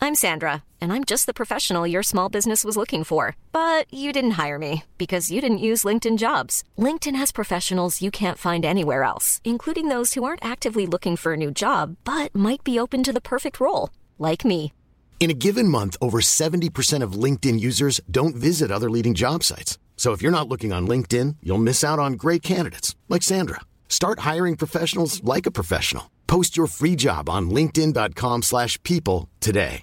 I'm Sandra, and I'm just the professional your small business was looking for. But you didn't hire me because you didn't use LinkedIn Jobs. LinkedIn has professionals you can't find anywhere else, including those who aren't actively looking for a new job, but might be open to the perfect role, like me. In a given month, over 70% of LinkedIn users don't visit other leading job sites. So if you're not looking on LinkedIn, you'll miss out on great candidates like Sandra. Start hiring professionals like a professional. Post your free job on linkedin.com/people today.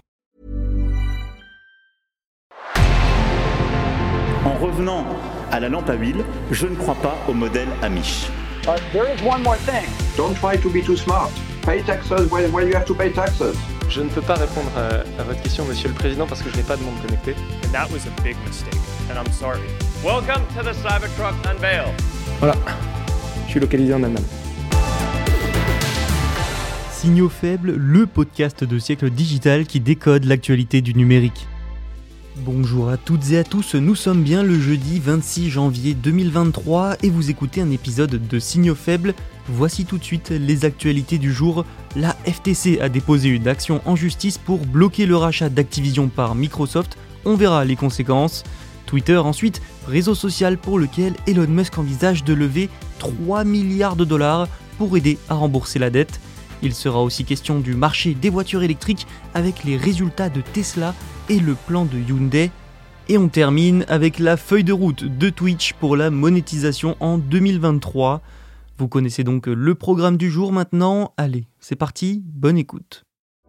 En revenant à la lampe à huile, je ne crois pas au modèle Amish. There is one more thing. Don't try to be too smart. Pay taxes when you have to pay taxes. Je ne peux pas répondre à votre question, Monsieur le Président, parce que je n'ai pas de monde connecté. And that was a big mistake, and I'm sorry. Welcome to the Cybertruck Unveil. Voilà, je suis localisé en Allemagne. Signaux faibles, le podcast de Siècle Digital qui décode l'actualité du numérique. Bonjour à toutes et à tous, nous sommes bien le jeudi 26 janvier 2023 et vous écoutez un épisode de Signaux faibles. Voici tout de suite les actualités du jour. La FTC a déposé une action en justice pour bloquer le rachat d'Activision par Microsoft. On verra les conséquences. Twitter ensuite, réseau social pour lequel Elon Musk envisage de lever 3 milliards de dollars pour aider à rembourser la dette. Il sera aussi question du marché des voitures électriques avec les résultats de Tesla et le plan de Hyundai. Et on termine avec la feuille de route de Twitch pour la monétisation en 2023. Vous connaissez donc le programme du jour maintenant. Allez, c'est parti, bonne écoute.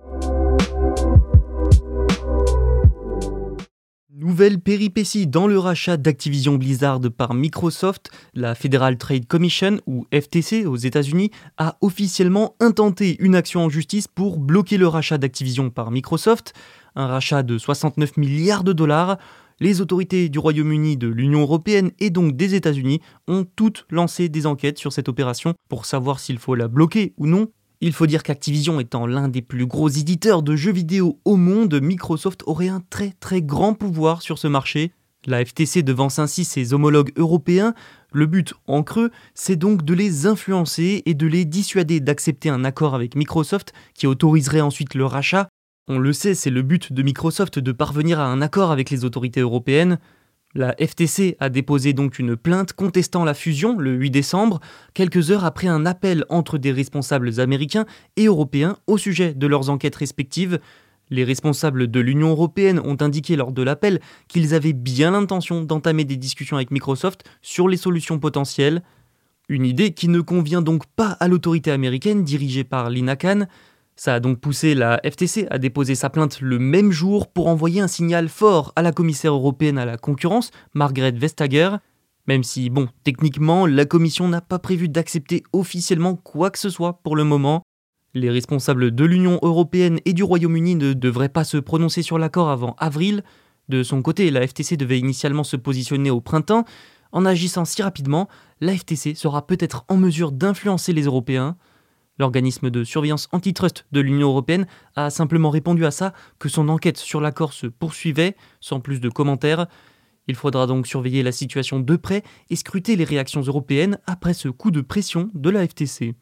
Nouvelle péripétie dans le rachat d'Activision Blizzard par Microsoft, la Federal Trade Commission, ou FTC aux États-Unis, a officiellement intenté une action en justice pour bloquer le rachat d'Activision par Microsoft, un rachat de 69 milliards de dollars. Les autorités du Royaume-Uni, de l'Union européenne et donc des États-Unis ont toutes lancé des enquêtes sur cette opération pour savoir s'il faut la bloquer ou non. Il faut dire qu'Activision étant l'un des plus gros éditeurs de jeux vidéo au monde, Microsoft aurait un très grand pouvoir sur ce marché. La FTC devance ainsi ses homologues européens. Le but, en creux, c'est donc de les influencer et de les dissuader d'accepter un accord avec Microsoft qui autoriserait ensuite le rachat. On le sait, c'est le but de Microsoft de parvenir à un accord avec les autorités européennes. La FTC a déposé donc une plainte contestant la fusion le 8 décembre, quelques heures après un appel entre des responsables américains et européens au sujet de leurs enquêtes respectives. Les responsables de l'Union européenne ont indiqué lors de l'appel qu'ils avaient bien l'intention d'entamer des discussions avec Microsoft sur les solutions potentielles. Une idée qui ne convient donc pas à l'autorité américaine dirigée par Lina Khan. Ça a donc poussé la FTC à déposer sa plainte le même jour pour envoyer un signal fort à la commissaire européenne à la concurrence, Margrethe Vestager. Même si, techniquement, la commission n'a pas prévu d'accepter officiellement quoi que ce soit pour le moment. Les responsables de l'Union européenne et du Royaume-Uni ne devraient pas se prononcer sur l'accord avant avril. De son côté, la FTC devait initialement se positionner au printemps. En agissant si rapidement, la FTC sera peut-être en mesure d'influencer les Européens. L'organisme de surveillance antitrust de l'Union européenne a simplement répondu à ça que son enquête sur l'accord se poursuivait, sans plus de commentaires. Il faudra donc surveiller la situation de près et scruter les réactions européennes après ce coup de pression de la FTC.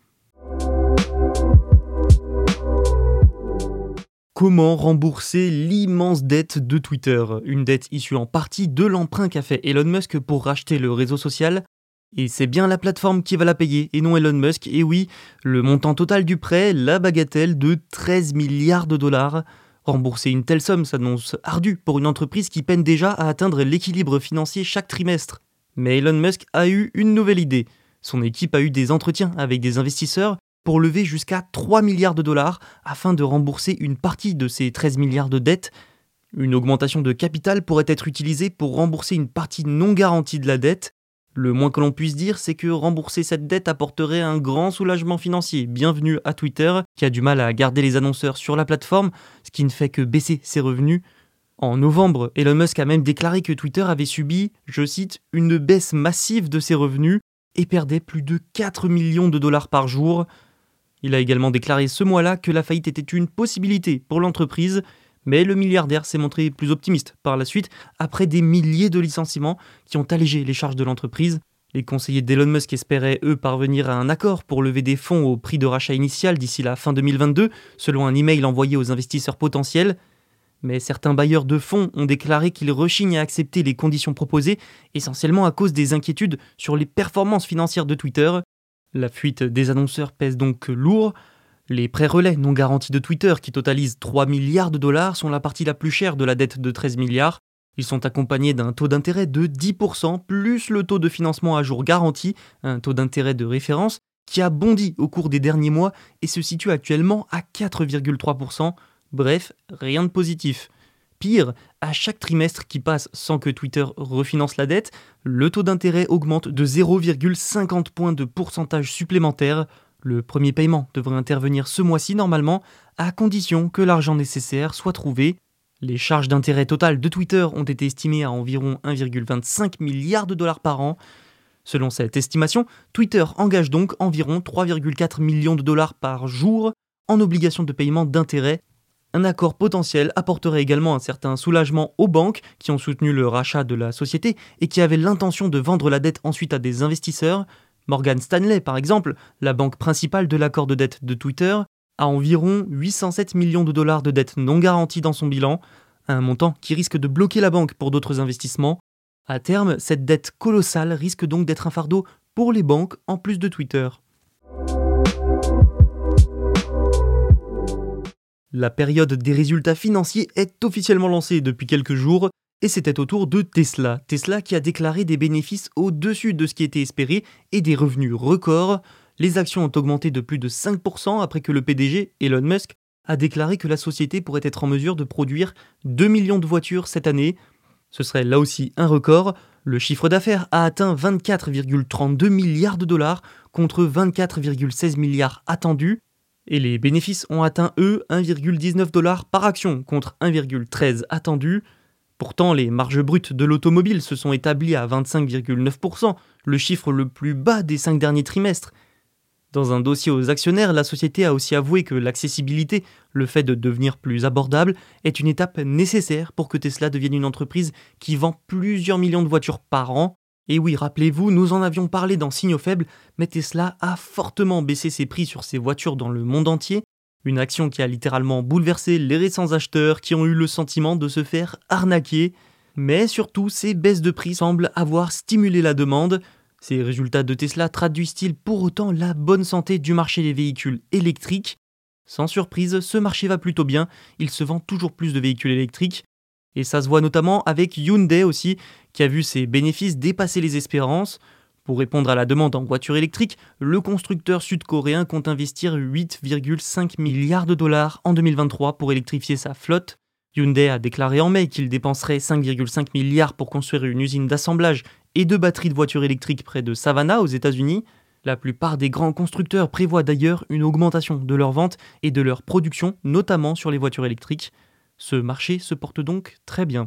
Comment rembourser l'immense dette de Twitter ? Une dette issue en partie de l'emprunt qu'a fait Elon Musk pour racheter le réseau social. Et c'est bien la plateforme qui va la payer, et non Elon Musk. Et oui, le montant total du prêt, la bagatelle de 13 milliards de dollars. Rembourser une telle somme s'annonce ardu pour une entreprise qui peine déjà à atteindre l'équilibre financier chaque trimestre. Mais Elon Musk a eu une nouvelle idée. Son équipe a eu des entretiens avec des investisseurs pour lever jusqu'à 3 milliards de dollars afin de rembourser une partie de ces 13 milliards de dettes. Une augmentation de capital pourrait être utilisée pour rembourser une partie non garantie de la dette. Le moins que l'on puisse dire, c'est que rembourser cette dette apporterait un grand soulagement financier. Bienvenue à Twitter, qui a du mal à garder les annonceurs sur la plateforme, ce qui ne fait que baisser ses revenus. En novembre, Elon Musk a même déclaré que Twitter avait subi, je cite, une baisse massive de ses revenus et perdait plus de 4 millions de dollars par jour. Il a également déclaré ce mois-là que la faillite était une possibilité pour l'entreprise. Mais le milliardaire s'est montré plus optimiste par la suite, après des milliers de licenciements qui ont allégé les charges de l'entreprise. Les conseillers d'Elon Musk espéraient, eux, parvenir à un accord pour lever des fonds au prix de rachat initial d'ici la fin 2022, selon un email envoyé aux investisseurs potentiels. Mais certains bailleurs de fonds ont déclaré qu'ils rechignent à accepter les conditions proposées, essentiellement à cause des inquiétudes sur les performances financières de Twitter. La fuite des annonceurs pèse donc lourd. Les prêts relais non garantis de Twitter, qui totalisent 3 milliards de dollars, sont la partie la plus chère de la dette de 13 milliards. Ils sont accompagnés d'un taux d'intérêt de 10%, plus le taux de financement à jour garanti, un taux d'intérêt de référence, qui a bondi au cours des derniers mois et se situe actuellement à 4,3%. Bref, rien de positif. Pire, à chaque trimestre qui passe sans que Twitter refinance la dette, le taux d'intérêt augmente de 0,50 points de pourcentage supplémentaire. Le premier paiement devrait intervenir ce mois-ci normalement, à condition que l'argent nécessaire soit trouvé. Les charges d'intérêt totales de Twitter ont été estimées à environ 1,25 milliard de dollars par an. Selon cette estimation, Twitter engage donc environ 3,4 millions de dollars par jour en obligation de paiement d'intérêt. Un accord potentiel apporterait également un certain soulagement aux banques qui ont soutenu le rachat de la société et qui avaient l'intention de vendre la dette ensuite à des investisseurs. Morgan Stanley, par exemple, la banque principale de l'accord de dette de Twitter, a environ 807 millions de dollars de dettes non garanties dans son bilan, un montant qui risque de bloquer la banque pour d'autres investissements. À terme, cette dette colossale risque donc d'être un fardeau pour les banques en plus de Twitter. La période des résultats financiers est officiellement lancée depuis quelques jours et c'était au tour de Tesla. Tesla qui a déclaré des bénéfices au-dessus de ce qui était espéré et des revenus records. Les actions ont augmenté de plus de 5% après que le PDG, Elon Musk, a déclaré que la société pourrait être en mesure de produire 2 millions de voitures cette année. Ce serait là aussi un record. Le chiffre d'affaires a atteint 24,32 milliards de dollars contre 24,16 milliards attendus. Et les bénéfices ont atteint, eux, 1,19 $ par action contre 1,13 attendu. Pourtant, les marges brutes de l'automobile se sont établies à 25,9%, le chiffre le plus bas des 5 derniers trimestres. Dans un dossier aux actionnaires, la société a aussi avoué que l'accessibilité, le fait de devenir plus abordable, est une étape nécessaire pour que Tesla devienne une entreprise qui vend plusieurs millions de voitures par an. Et oui, rappelez-vous, nous en avions parlé dans Signaux Faibles, mais Tesla a fortement baissé ses prix sur ses voitures dans le monde entier, une action qui a littéralement bouleversé les récents acheteurs qui ont eu le sentiment de se faire arnaquer. Mais surtout, ces baisses de prix semblent avoir stimulé la demande. Ces résultats de Tesla traduisent-ils pour autant la bonne santé du marché des véhicules électriques ? Sans surprise, ce marché va plutôt bien, il se vend toujours plus de véhicules électriques. Et ça se voit notamment avec Hyundai aussi, qui a vu ses bénéfices dépasser les espérances. Pour répondre à la demande en voitures électriques, le constructeur sud-coréen compte investir 8,5 milliards de dollars en 2023 pour électrifier sa flotte. Hyundai a déclaré en mai qu'il dépenserait 5,5 milliards pour construire une usine d'assemblage et de batteries de voitures électriques près de Savannah aux États-Unis. La plupart des grands constructeurs prévoient d'ailleurs une augmentation de leurs ventes et de leur production, notamment sur les voitures électriques. Ce marché se porte donc très bien.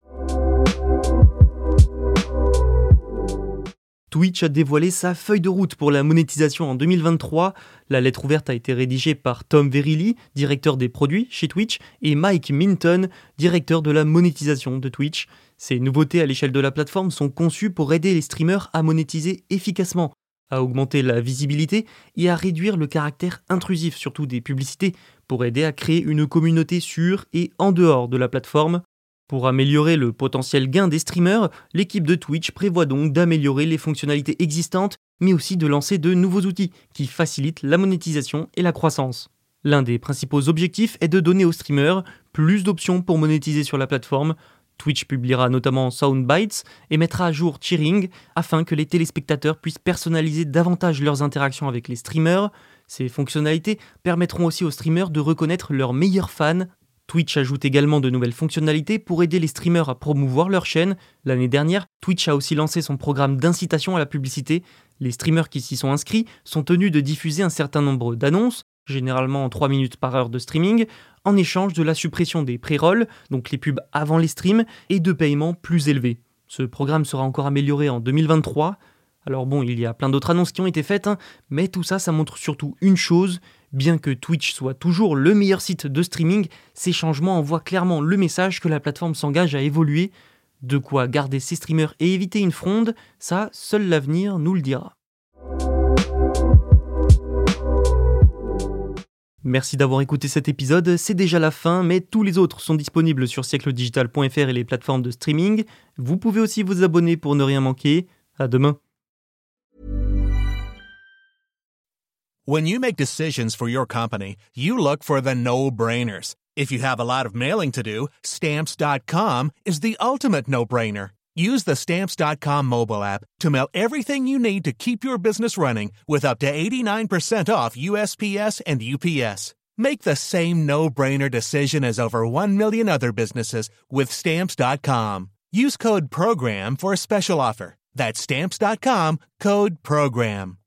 Twitch a dévoilé sa feuille de route pour la monétisation en 2023. La lettre ouverte a été rédigée par Tom Verrilli, directeur des produits chez Twitch, et Mike Minton, directeur de la monétisation de Twitch. Ces nouveautés à l'échelle de la plateforme sont conçues pour aider les streamers à monétiser efficacement, à augmenter la visibilité et à réduire le caractère intrusif, surtout des publicités, pour aider à créer une communauté sur et en dehors de la plateforme. Pour améliorer le potentiel gain des streamers, l'équipe de Twitch prévoit donc d'améliorer les fonctionnalités existantes, mais aussi de lancer de nouveaux outils qui facilitent la monétisation et la croissance. L'un des principaux objectifs est de donner aux streamers plus d'options pour monétiser sur la plateforme. Twitch publiera notamment Soundbites et mettra à jour Cheering afin que les téléspectateurs puissent personnaliser davantage leurs interactions avec les streamers. Ces fonctionnalités permettront aussi aux streamers de reconnaître leurs meilleurs fans. Twitch ajoute également de nouvelles fonctionnalités pour aider les streamers à promouvoir leur chaîne. L'année dernière, Twitch a aussi lancé son programme d'incitation à la publicité. Les streamers qui s'y sont inscrits sont tenus de diffuser un certain nombre d'annonces, généralement en 3 minutes par heure de streaming, en échange de la suppression des pré-rolls, donc les pubs avant les streams, et de paiements plus élevés. Ce programme sera encore amélioré en 2023. Alors bon, il y a plein d'autres annonces qui ont été faites, mais tout ça, ça montre surtout une chose. Bien que Twitch soit toujours le meilleur site de streaming, ces changements envoient clairement le message que la plateforme s'engage à évoluer. De quoi garder ses streamers et éviter une fronde, ça, seul l'avenir nous le dira. Merci d'avoir écouté cet épisode, c'est déjà la fin, mais tous les autres sont disponibles sur siècledigital.fr et les plateformes de streaming. Vous pouvez aussi vous abonner pour ne rien manquer. À demain. When you make decisions for your company, you look for the no-brainers. If you have a lot of mailing to do, Stamps.com is the ultimate no-brainer. Use the Stamps.com mobile app to mail everything you need to keep your business running with up to 89% off USPS and UPS. Make the same no-brainer decision as over 1 million other businesses with Stamps.com. Use code PROGRAM for a special offer. That's Stamps.com, code PROGRAM.